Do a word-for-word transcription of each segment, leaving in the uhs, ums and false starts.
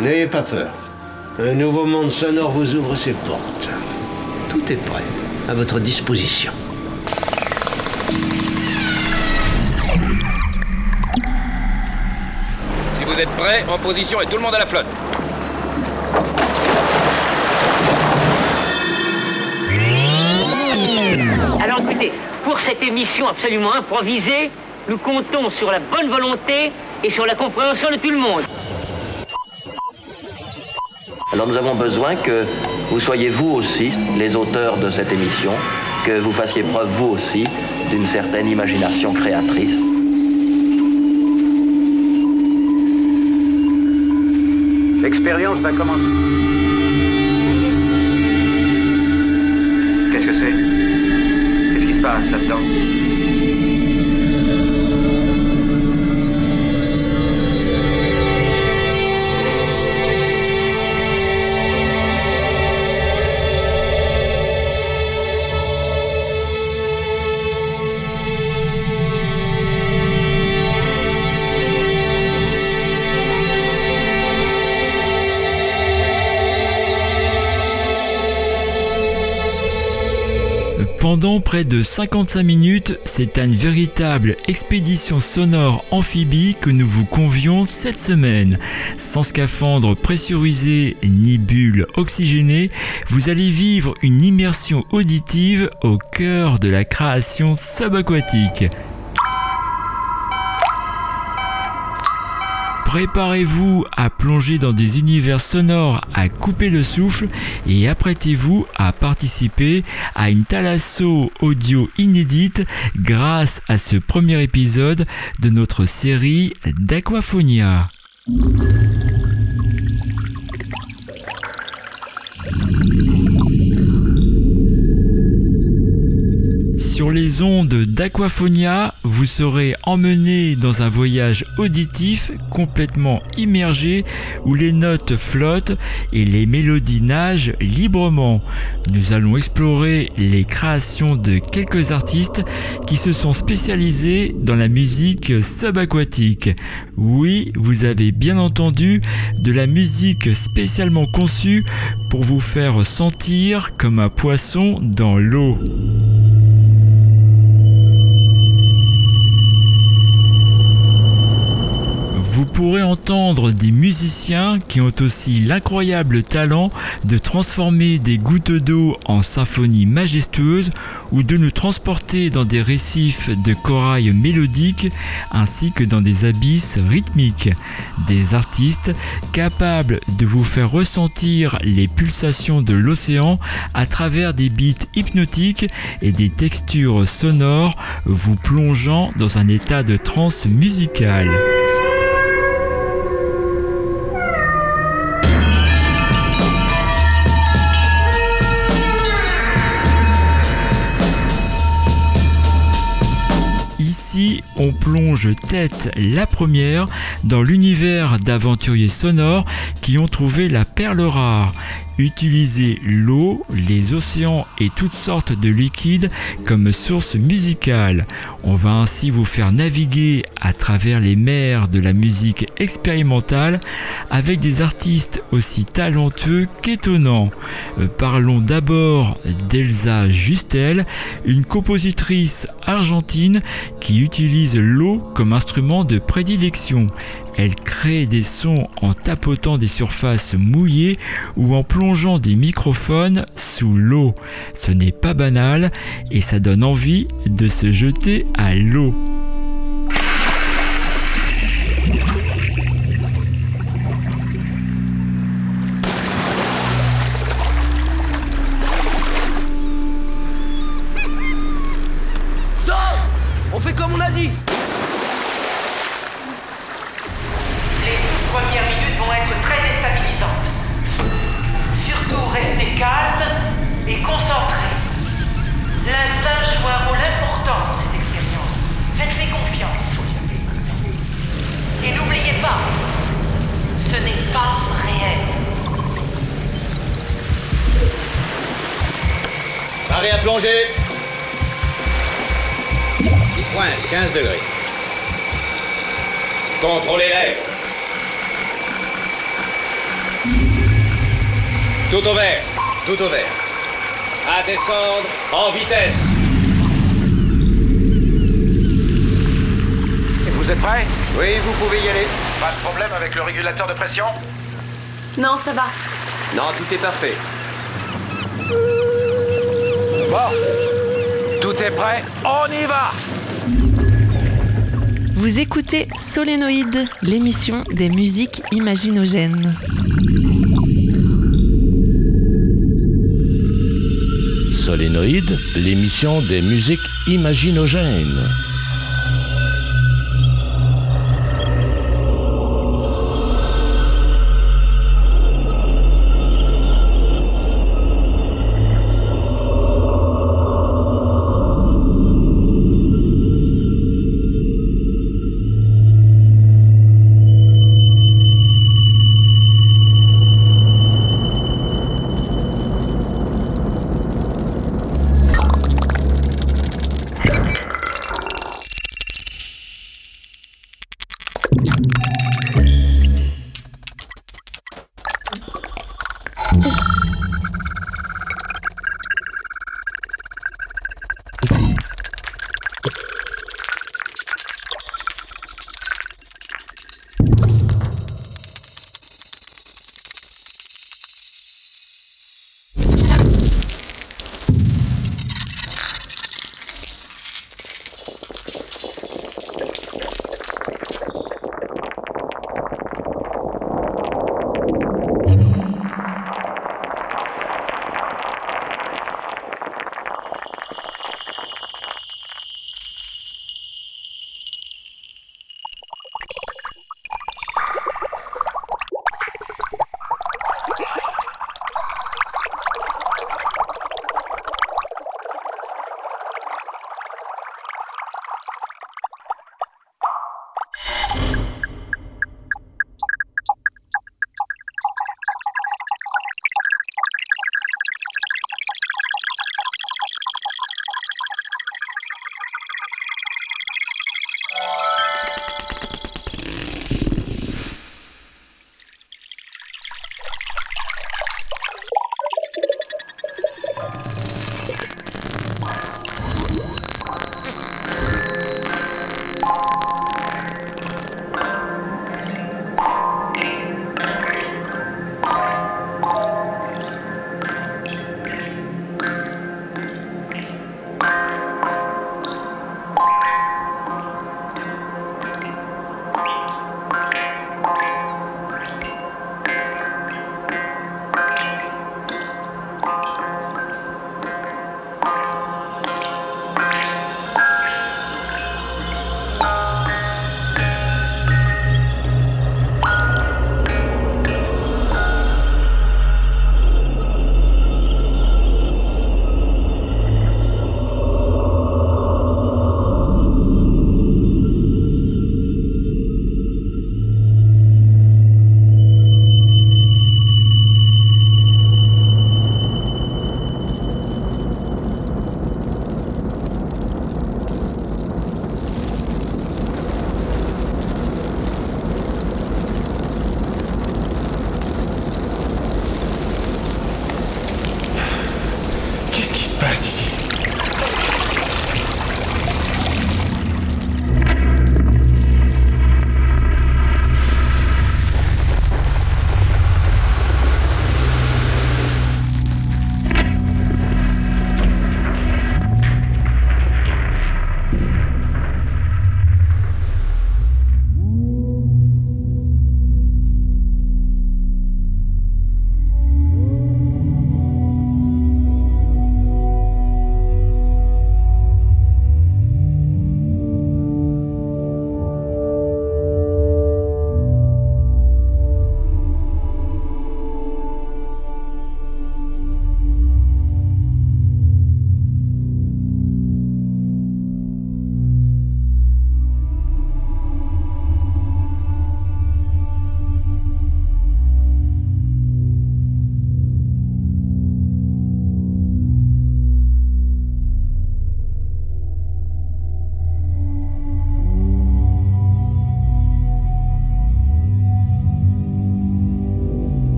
N'ayez pas peur. Un nouveau monde sonore vous ouvre ses portes. Tout est prêt, à votre disposition. Si vous êtes prêts, en position et tout le monde à la flotte. Alors écoutez, pour cette émission absolument improvisée, nous comptons sur la bonne volonté et sur la compréhension de tout le monde. Alors nous avons besoin que vous soyez vous aussi les auteurs de cette émission, que vous fassiez preuve vous aussi d'une certaine imagination créatrice. L'expérience va commencer. Qu'est-ce que c'est? Qu'est-ce qui se passe là-dedans? Pendant près de cinquante-cinq minutes, c'est à une véritable expédition sonore amphibie que nous vous convions cette semaine. Sans scaphandre pressurisé ni bulle oxygénée, vous allez vivre une immersion auditive au cœur de la création subaquatique. Préparez-vous à plonger dans des univers sonores à couper le souffle et apprêtez-vous à participer à une thalasso audio inédite grâce à ce premier épisode de notre série d'Aquaphonia. Sur les ondes d'Aquaphonia, vous serez emmené dans un voyage auditif complètement immergé où les notes flottent et les mélodies nagent librement. Nous allons explorer les créations de quelques artistes qui se sont spécialisés dans la musique subaquatique. Oui, vous avez bien entendu, de la musique spécialement conçue pour vous faire sentir comme un poisson dans l'eau. Vous pourrez entendre des musiciens qui ont aussi l'incroyable talent de transformer des gouttes d'eau en symphonies majestueuses ou de nous transporter dans des récifs de corail mélodiques ainsi que dans des abysses rythmiques. Des artistes capables de vous faire ressentir les pulsations de l'océan à travers des beats hypnotiques et des textures sonores vous plongeant dans un état de transe musicale. Ici, on plonge tête la première dans l'univers d'aventuriers sonores qui ont trouvé la perle rare. Utiliser l'eau, les océans et toutes sortes de liquides comme source musicale. On va ainsi vous faire naviguer à travers les mers de la musique expérimentale avec des artistes aussi talentueux qu'étonnants. Euh, parlons d'abord d'Elsa Justel, une compositrice argentine qui utilise l'eau comme instrument de prédilection. Elle crée des sons en tapotant des surfaces mouillées ou en plongeant des microphones sous l'eau. Ce n'est pas banal et ça donne envie de se jeter à l'eau. Ça, on fait comme on a dit. Les premières minutes vont être très déstabilisantes. Surtout restez calme et concentré. L'instinct joue un rôle important dans cette expérience. Faites-les confiance. Et n'oubliez pas, ce n'est pas réel. Paré à plonger. Il pointe, quinze degrés. Contrôlez l'air. Tout au vert. Tout au vert. À descendre en vitesse. Et vous êtes prêts? Oui, vous pouvez y aller. Pas de problème avec le régulateur de pression? Non, ça va. Non, tout est parfait. Bon. Tout est prêt, on y va! Vous écoutez Solénoïde, l'émission des musiques imaginogènes. Solénoïde, l'émission des musiques imaginogènes.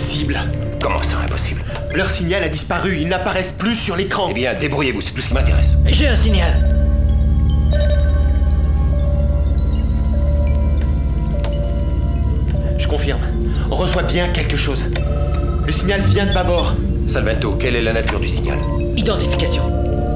impossible. Comment ça, impossible? Leur signal a disparu, ils n'apparaissent plus sur l'écran. Eh bien, débrouillez-vous, c'est tout ce qui m'intéresse. J'ai un signal. Je confirme. On reçoit bien quelque chose. Le signal vient de bâbord. Salvento, quelle est la nature du signal? Identification.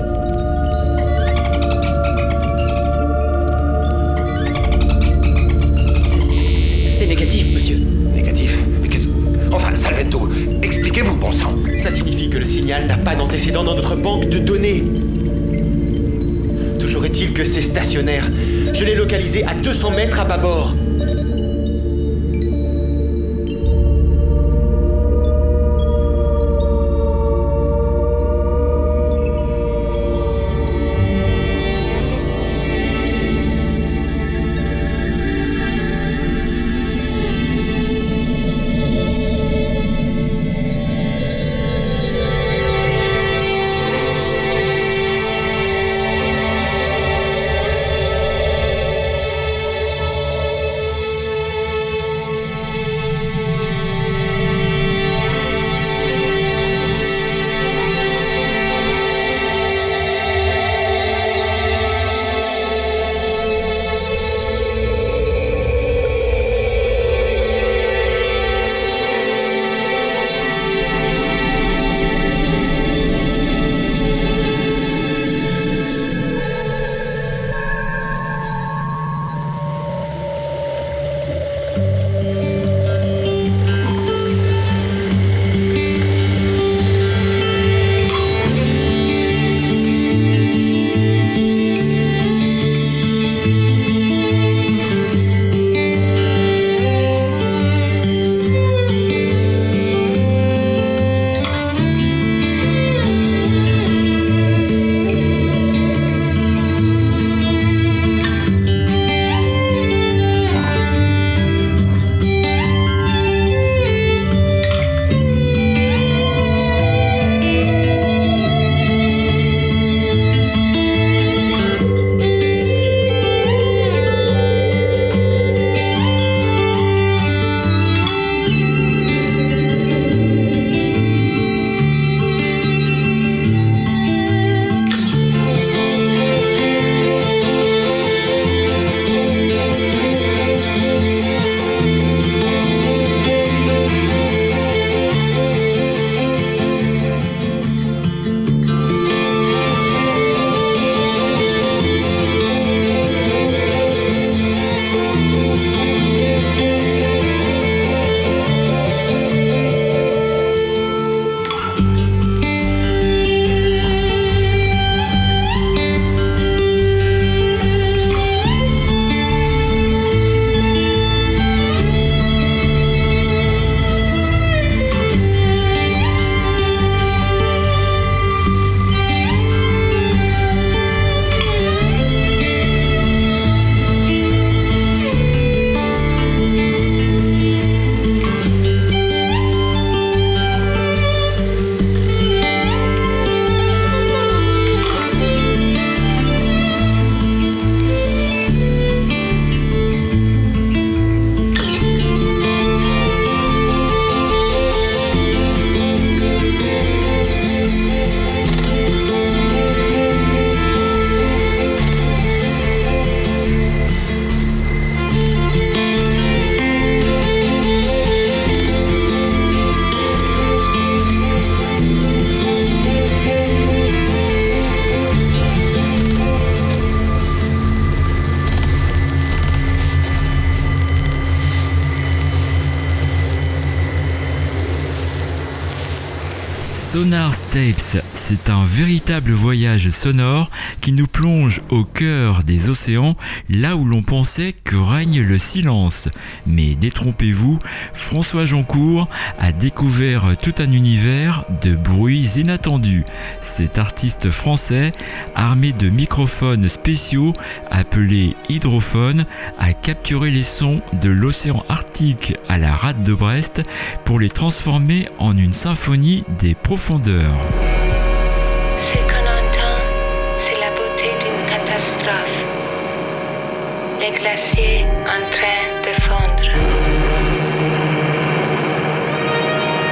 C'est, c'est négatif, monsieur. Négatif? Mais qu'est-ce... Enfin, Salvento, expliquez-vous, bon sang. Ça signifie que le signal n'a pas d'antécédent dans notre banque de données. Toujours est-il que c'est stationnaire. Je l'ai localisé à deux cents mètres à bâbord. Sonar Tapes, c'est un véritable voyage sonore qui nous plonge au cœur des océans, là où l'on pensait que règne le silence. Mais détrompez-vous, François Joncourt a découvert tout un univers de bruits inattendus. Cet artiste français, armé de microphones spéciaux appelés hydrophones, a capturé les sons de l'océan Arctique à la rade de Brest pour les transformer en une symphonie des profondeurs. Ce qu'on entend, c'est la beauté d'une catastrophe. Les glaciers en train de fondre.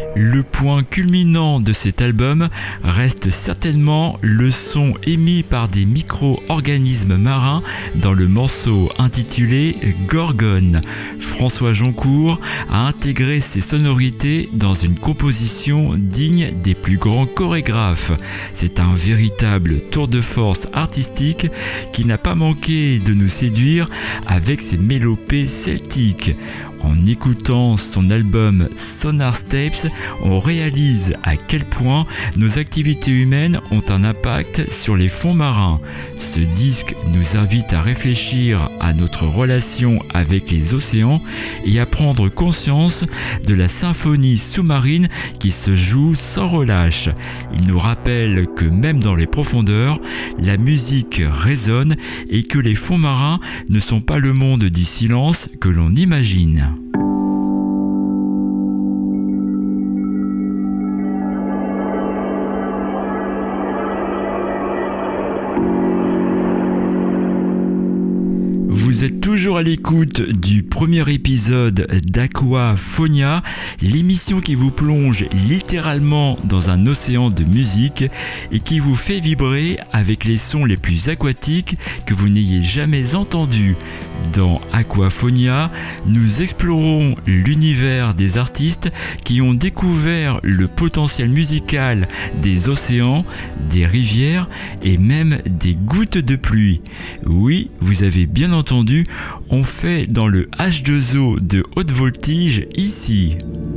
Le point culminant de cet album reste certainement le son émis par des micro-organismes marins dans le morceau intitulé Gorgone. François Joncourt a intégré ces sonorités dans une composition digne des plus grands chorégraphes. C'est un véritable tour de force artistique qui n'a pas manqué de nous séduire avec ses mélopées celtiques. En écoutant son album Sonar Tapes, on réalise à quel point nos activités humaines ont un impact sur les fonds marins. Ce disque nous invite à réfléchir à notre relation avec les océans et à prendre conscience de la symphonie sous-marine qui se joue sans relâche. Il nous rappelle que même dans les profondeurs, la musique résonne et que les fonds marins ne sont pas le monde du silence que l'on imagine. Vous êtes toujours à l'écoute du premier épisode d'Aquaphonia, l'émission qui vous plonge littéralement dans un océan de musique et qui vous fait vibrer avec les sons les plus aquatiques que vous n'ayez jamais entendus. Dans Aquaphonia, nous explorons l'univers des artistes qui ont découvert le potentiel musical des océans, des rivières et même des gouttes de pluie. Oui, vous avez bien entendu, on fait dans le H deux O de haute voltige ici.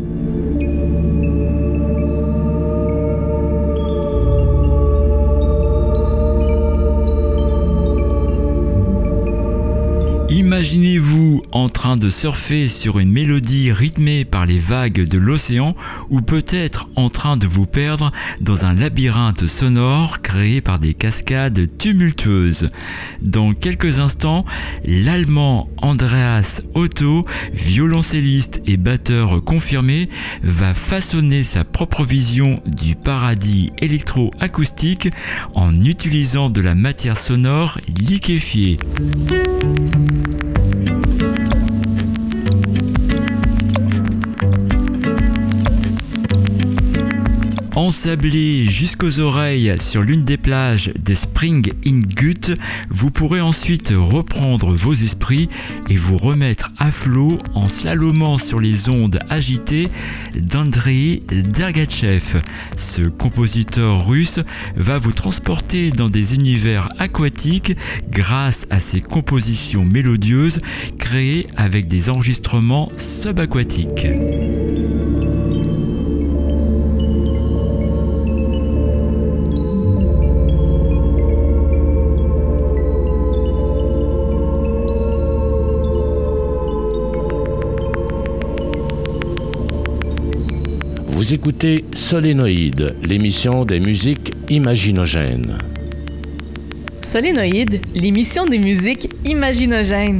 Imaginez-vous en train de surfer sur une mélodie rythmée par les vagues de l'océan ou peut-être en train de vous perdre dans un labyrinthe sonore créé par des cascades tumultueuses. Dans quelques instants, l'Allemand Andreas Otto, violoncelliste et batteur confirmé, va façonner sa propre vision du paradis électro-acoustique en utilisant de la matière sonore liquéfiée. Ensablé jusqu'aux oreilles sur l'une des plages de Spring in Gut, vous pourrez ensuite reprendre vos esprits et vous remettre à flot en slalomant sur les ondes agitées d'Andrei Dergatchev. Ce compositeur russe va vous transporter dans des univers aquatiques grâce à ses compositions mélodieuses créées avec des enregistrements subaquatiques. Vous écoutez Solénoïde, l'émission des musiques imaginogènes. Solénoïde, l'émission des musiques imaginogènes.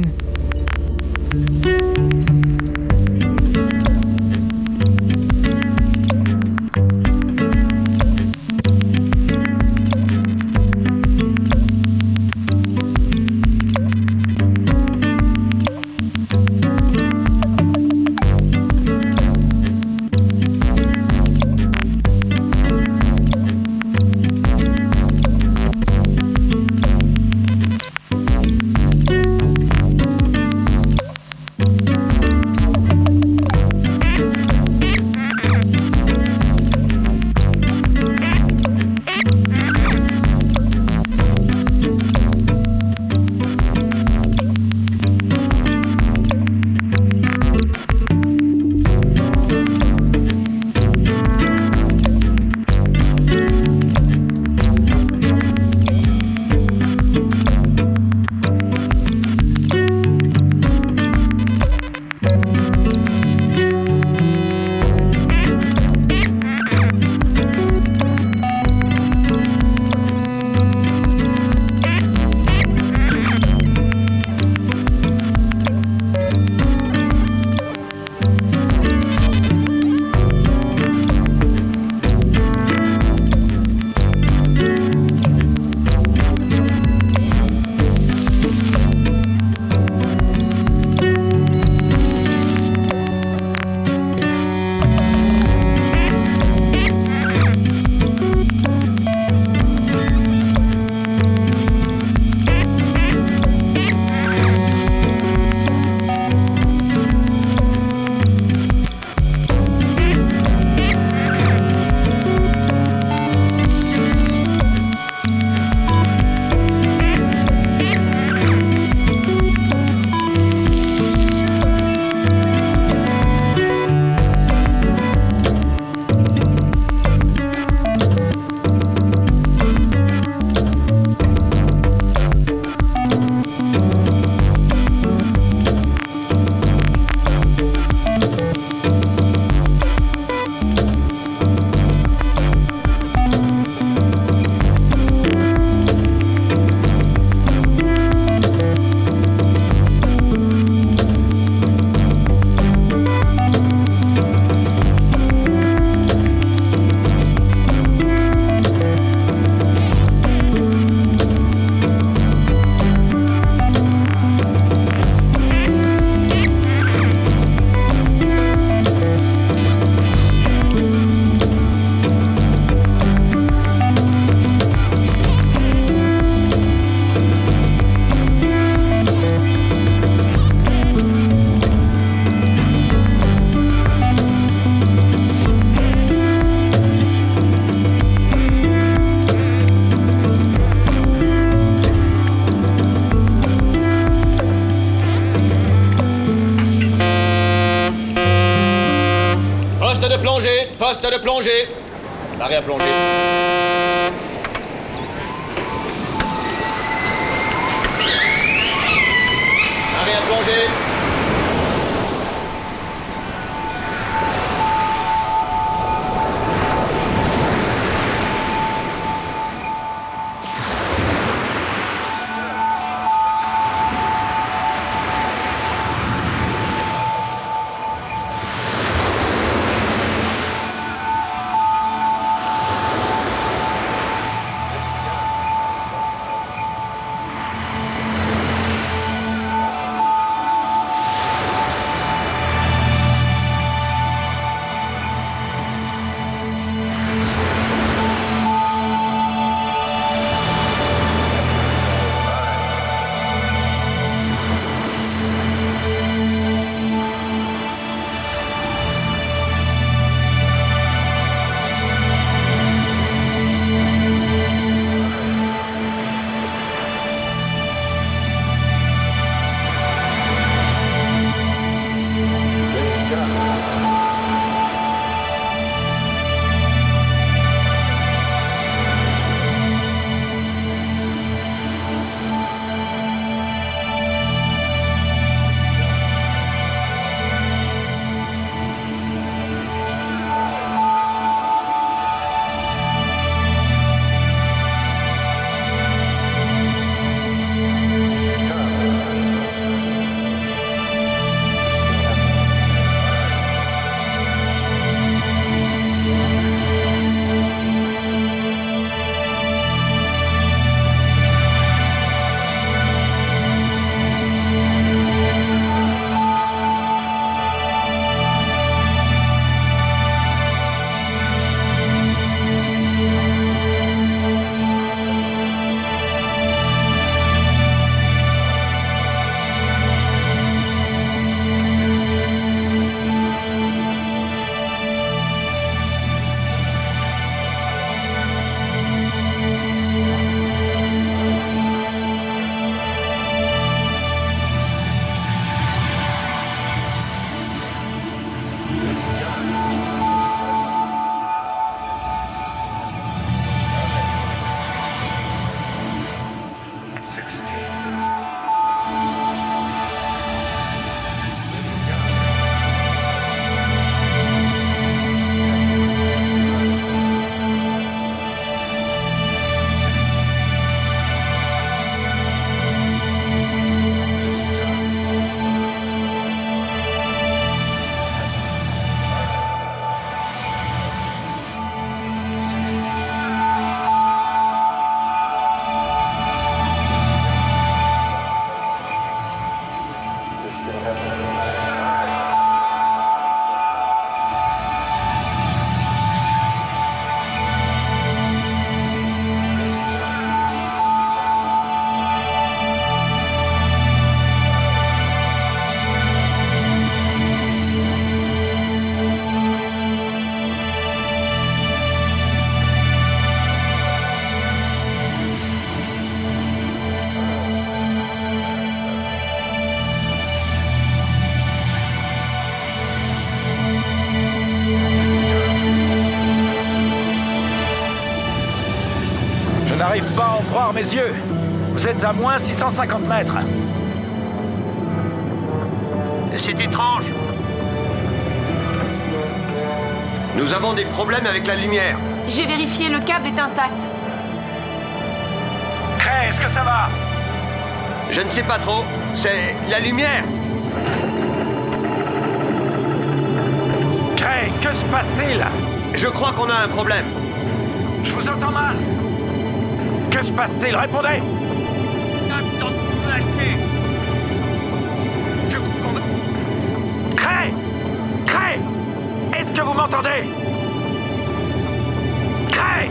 Porte de plongée. L'arrêt à plonger. Arrêt à plonger. J'arrive pas à en croire mes yeux. Vous êtes à moins six cent cinquante mètres. C'est étrange. Nous avons des problèmes avec la lumière. J'ai vérifié, le câble est intact. Cray, est-ce que ça va? Je ne sais pas trop. C'est la lumière. Cray, que se passe-t-il? Je crois qu'on a un problème. Je vous entends mal. Que se passe-t-il? Répondez! Je vous... Cray! Cray! Est-ce que vous m'entendez? Cray!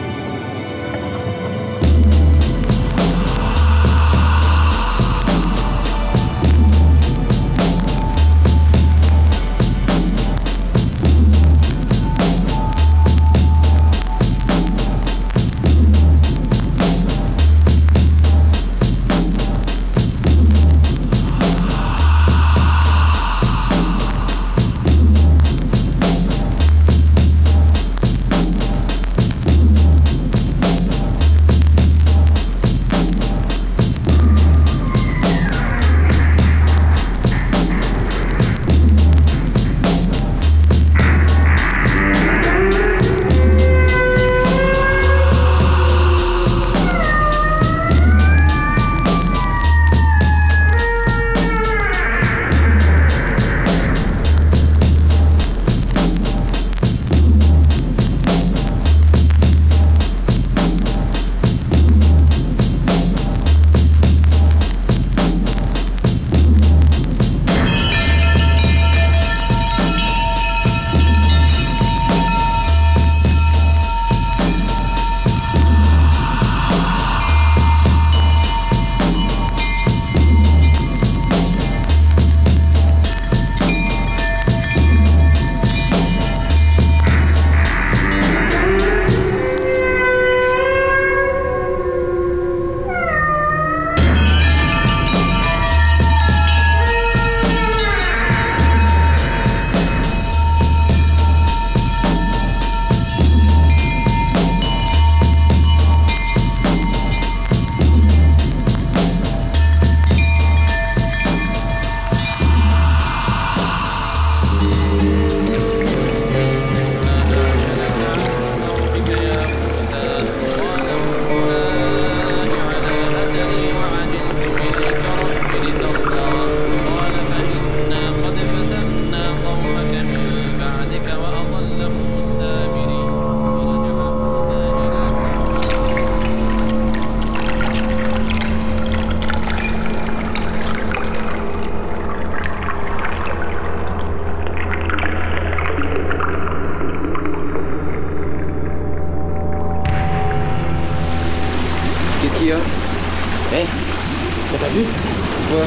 Qu'est-ce qu'il y a? Hé hey, t'as pas vu? Quoi?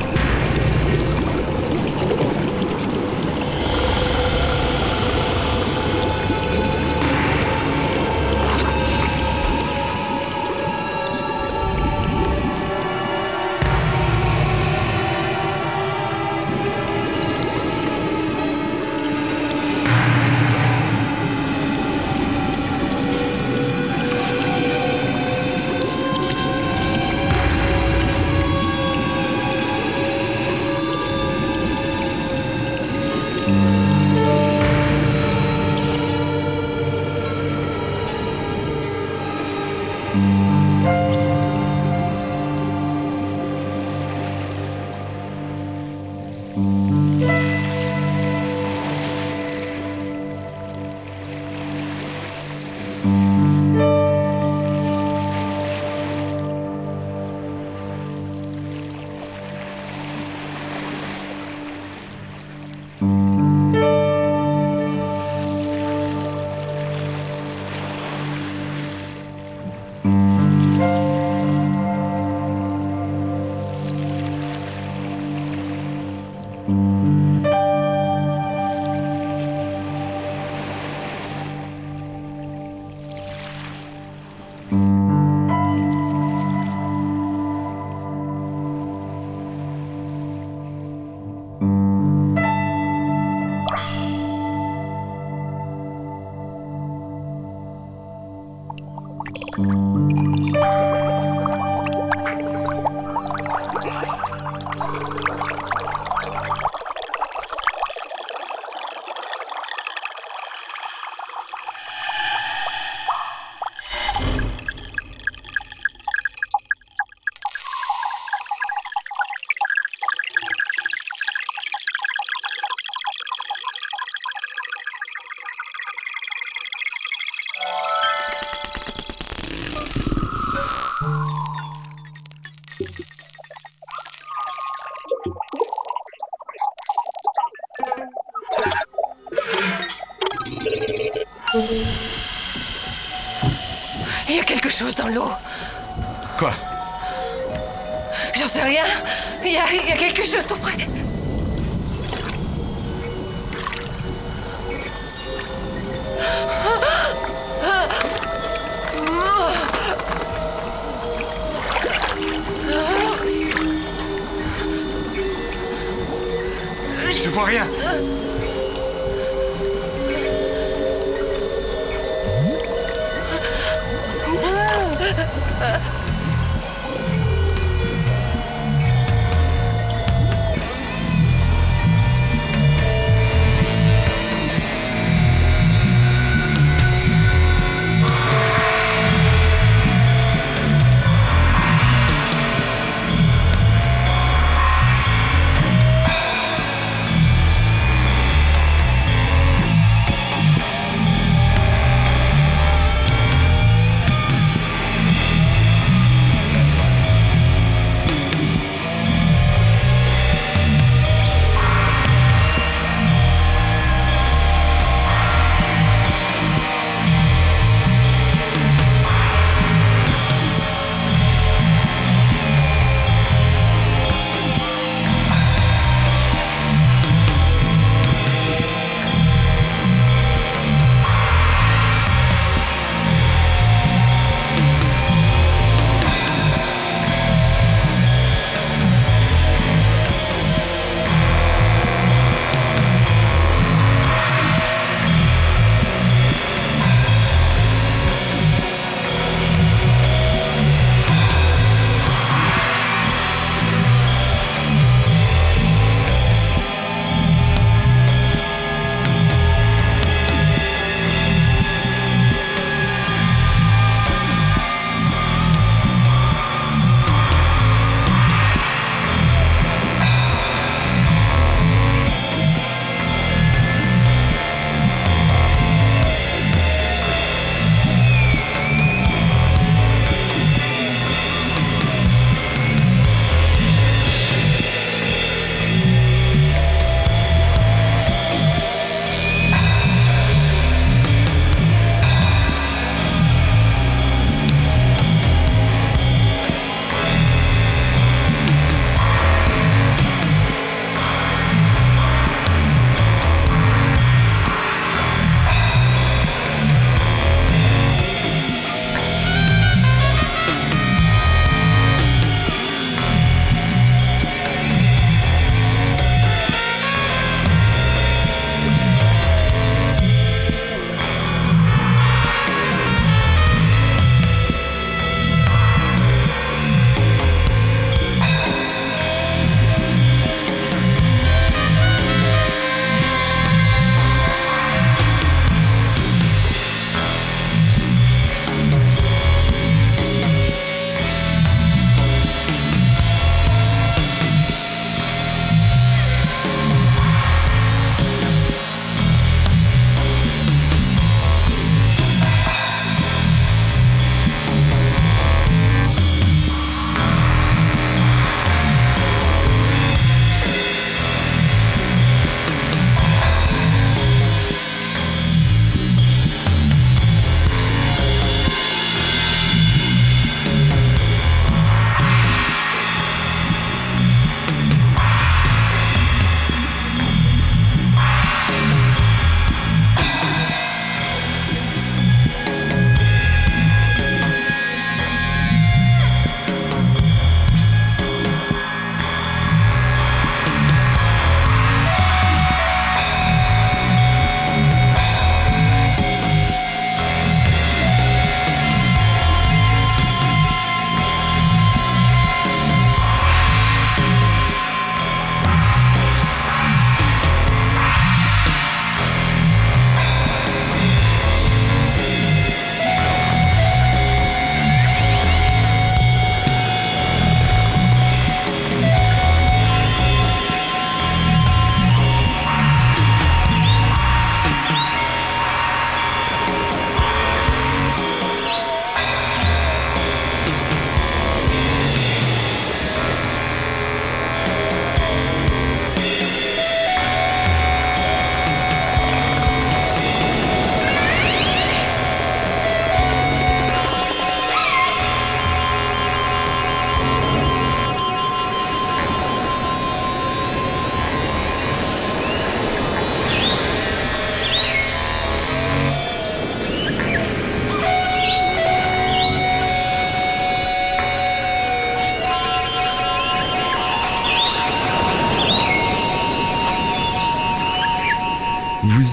Il y a quelque chose dans l'eau. Quoi? J'en sais rien. Il y a, il y a quelque chose tout près. Je vois rien.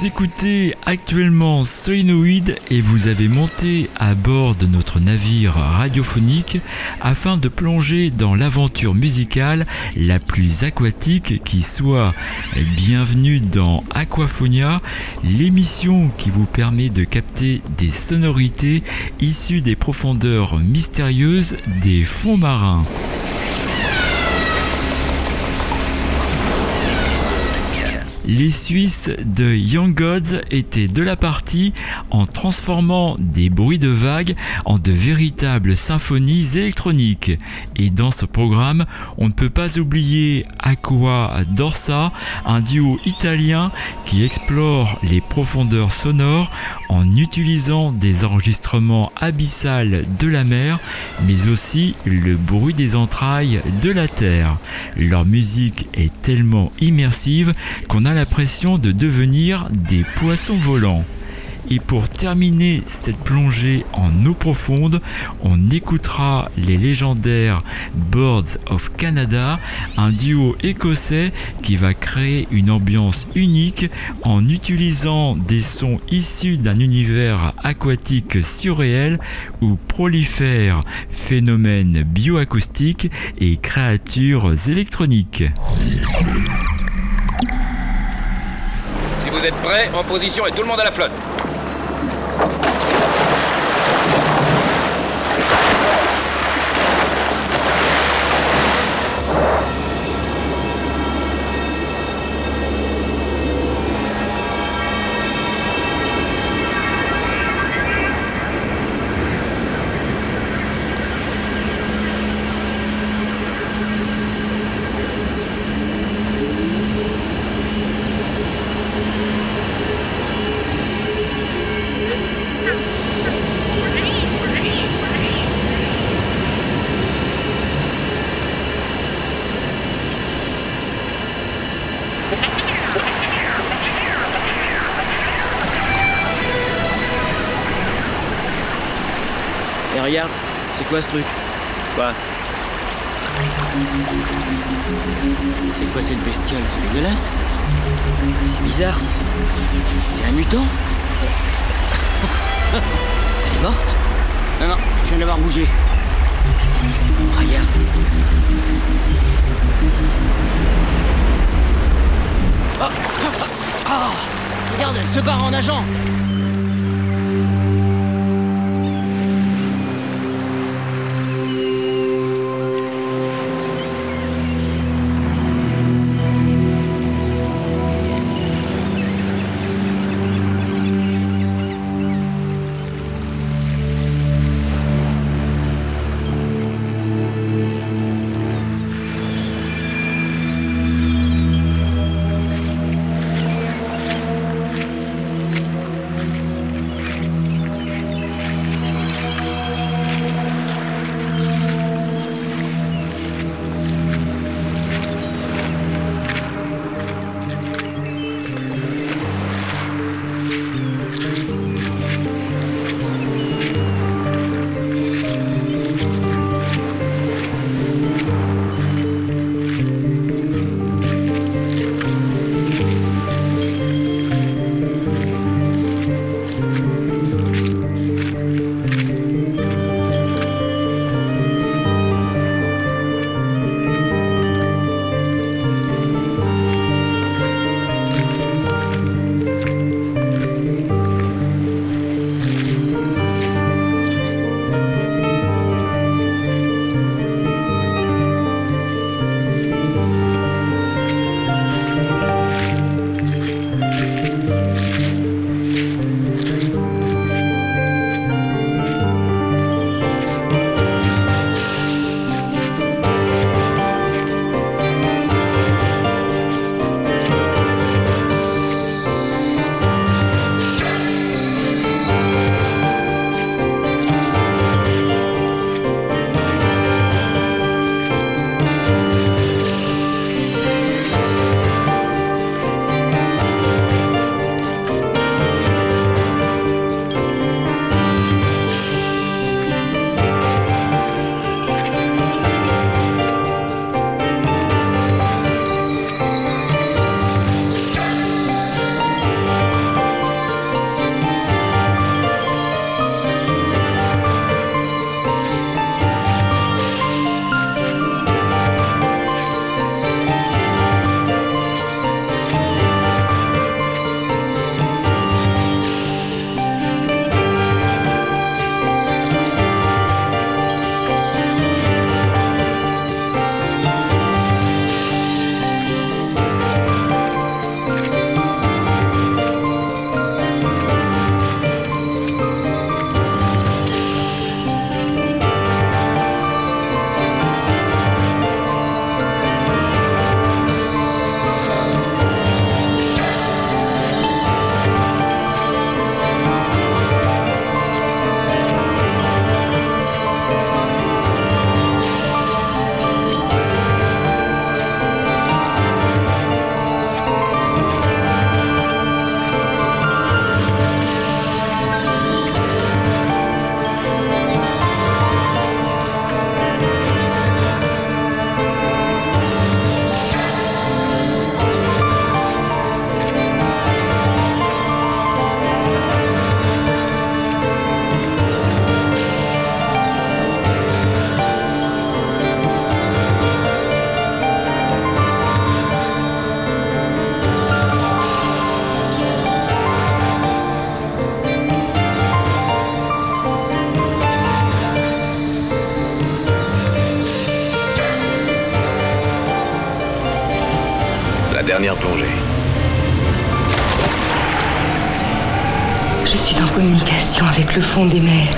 Vous écoutez actuellement Solenoid et vous avez monté à bord de notre navire radiophonique afin de plonger dans l'aventure musicale la plus aquatique qui soit. Bienvenue dans Aquaphonia, l'émission qui vous permet de capter des sonorités issues des profondeurs mystérieuses des fonds marins. Les Suisses de Young Gods étaient de la partie en transformant des bruits de vagues en de véritables symphonies électroniques. Et dans ce programme, on ne peut pas oublier Aqua Dorsa, un duo italien qui explore les profondeurs sonores en utilisant des enregistrements abyssales de la mer, mais aussi le bruit des entrailles de la terre. Leur musique est tellement immersive qu'on a l'impression de devenir des poissons volants. Et pour terminer cette plongée en eau profonde, on écoutera les légendaires Birds of Canada, un duo écossais qui va créer une ambiance unique en utilisant des sons issus d'un univers aquatique surréel où prolifèrent phénomènes bioacoustiques et créatures électroniques. Si vous êtes prêts, en position et tout le monde à la flotte. Et regarde, c'est quoi ce truc? Quoi? C'est quoi cette bestiole? C'est dégueulasse. C'est bizarre. C'est un mutant. Elle est morte? Non, non, je viens de la voir bouger. Regarde. Oh, oh, oh, oh, regarde, elle se barre en nageant. Dernière plongée. Je suis en communication avec le fond des mers.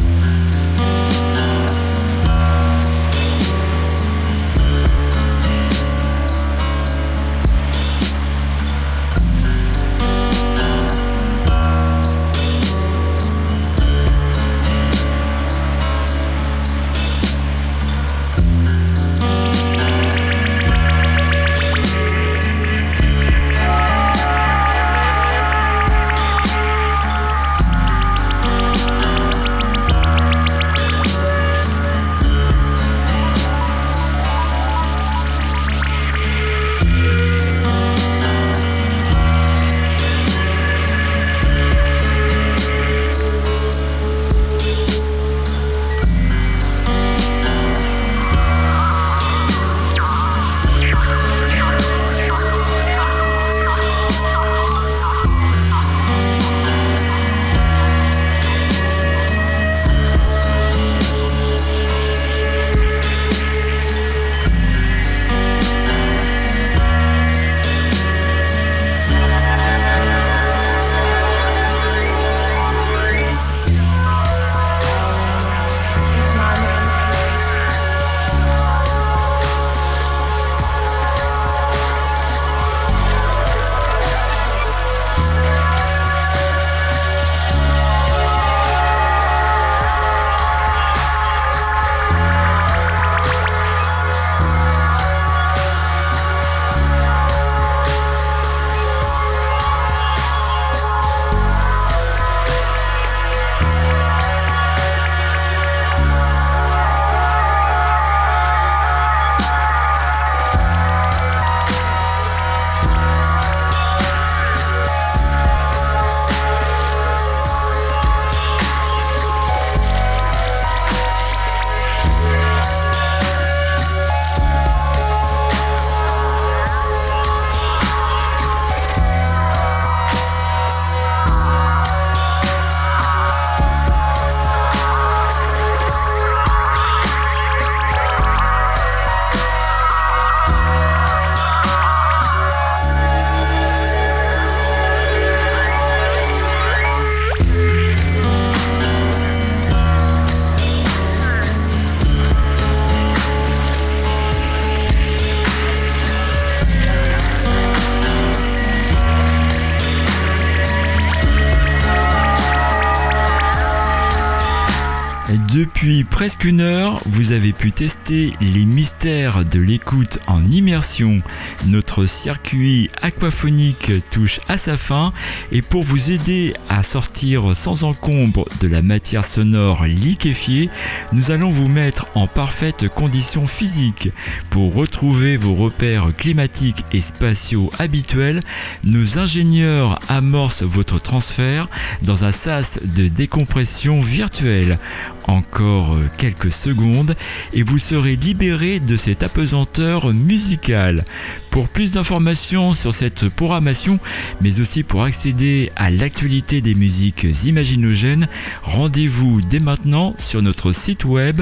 Depuis presque une heure, vous avez pu tester les mystères de l'écoute en immersion. Notre circuit aquaphonique touche à sa fin et pour vous aider à sortir sans encombre de la matière sonore liquéfiée, nous allons vous mettre en parfaite condition physique. Pour retrouver vos repères climatiques et spatiaux habituels, nos ingénieurs amorcent votre transfert dans un sas de décompression virtuelle. Encore quelques secondes et vous serez libéré de cette apesanteur musicale. Pour plus d'informations sur cette programmation, mais aussi pour accéder à l'actualité des musiques imaginogènes, rendez-vous dès maintenant sur notre site web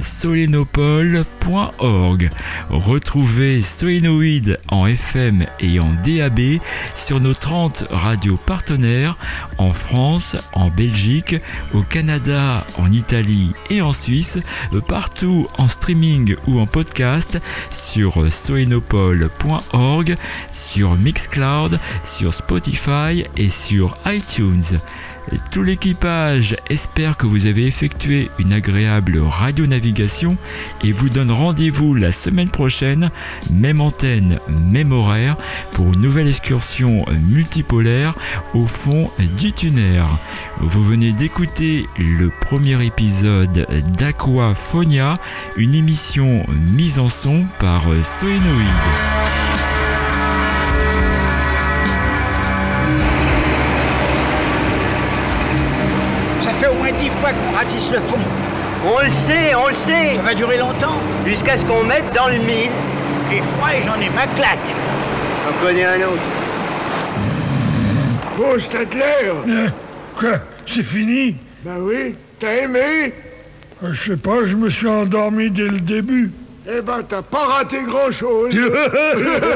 solenopole point org. Retrouvez Solénoïde en F M et en D A B sur nos trente radios partenaires en France, en Belgique, au Canada, en Italie et en Suisse, partout en streaming ou en podcast sur solenopole point org, sur Mixcloud, sur Spotify et sur iTunes. Tout l'équipage espère que vous avez effectué une agréable radionavigation et vous donne rendez-vous la semaine prochaine, même antenne, même horaire, pour une nouvelle excursion multipolaire au fond du tunnel. Vous venez d'écouter le premier épisode d'Aquaphonia, une émission mise en son par Solénoïde. Ça fait au moins dix fois qu'on ratisse le fond. On le sait, on le sait. Ça va durer longtemps. Jusqu'à ce qu'on mette dans le mille. J'ai froid et j'en ai ma claque. J'en connais un autre. Bon, Stadler. Euh, quoi? C'est fini? Ben oui. T'as aimé? euh, Je sais pas, je me suis endormi dès le début. Eh ben, t'as pas raté grand-chose. Vous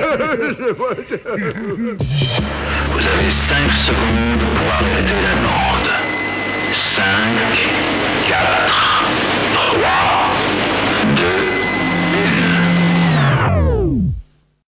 avez cinq secondes pour arrêter la mort.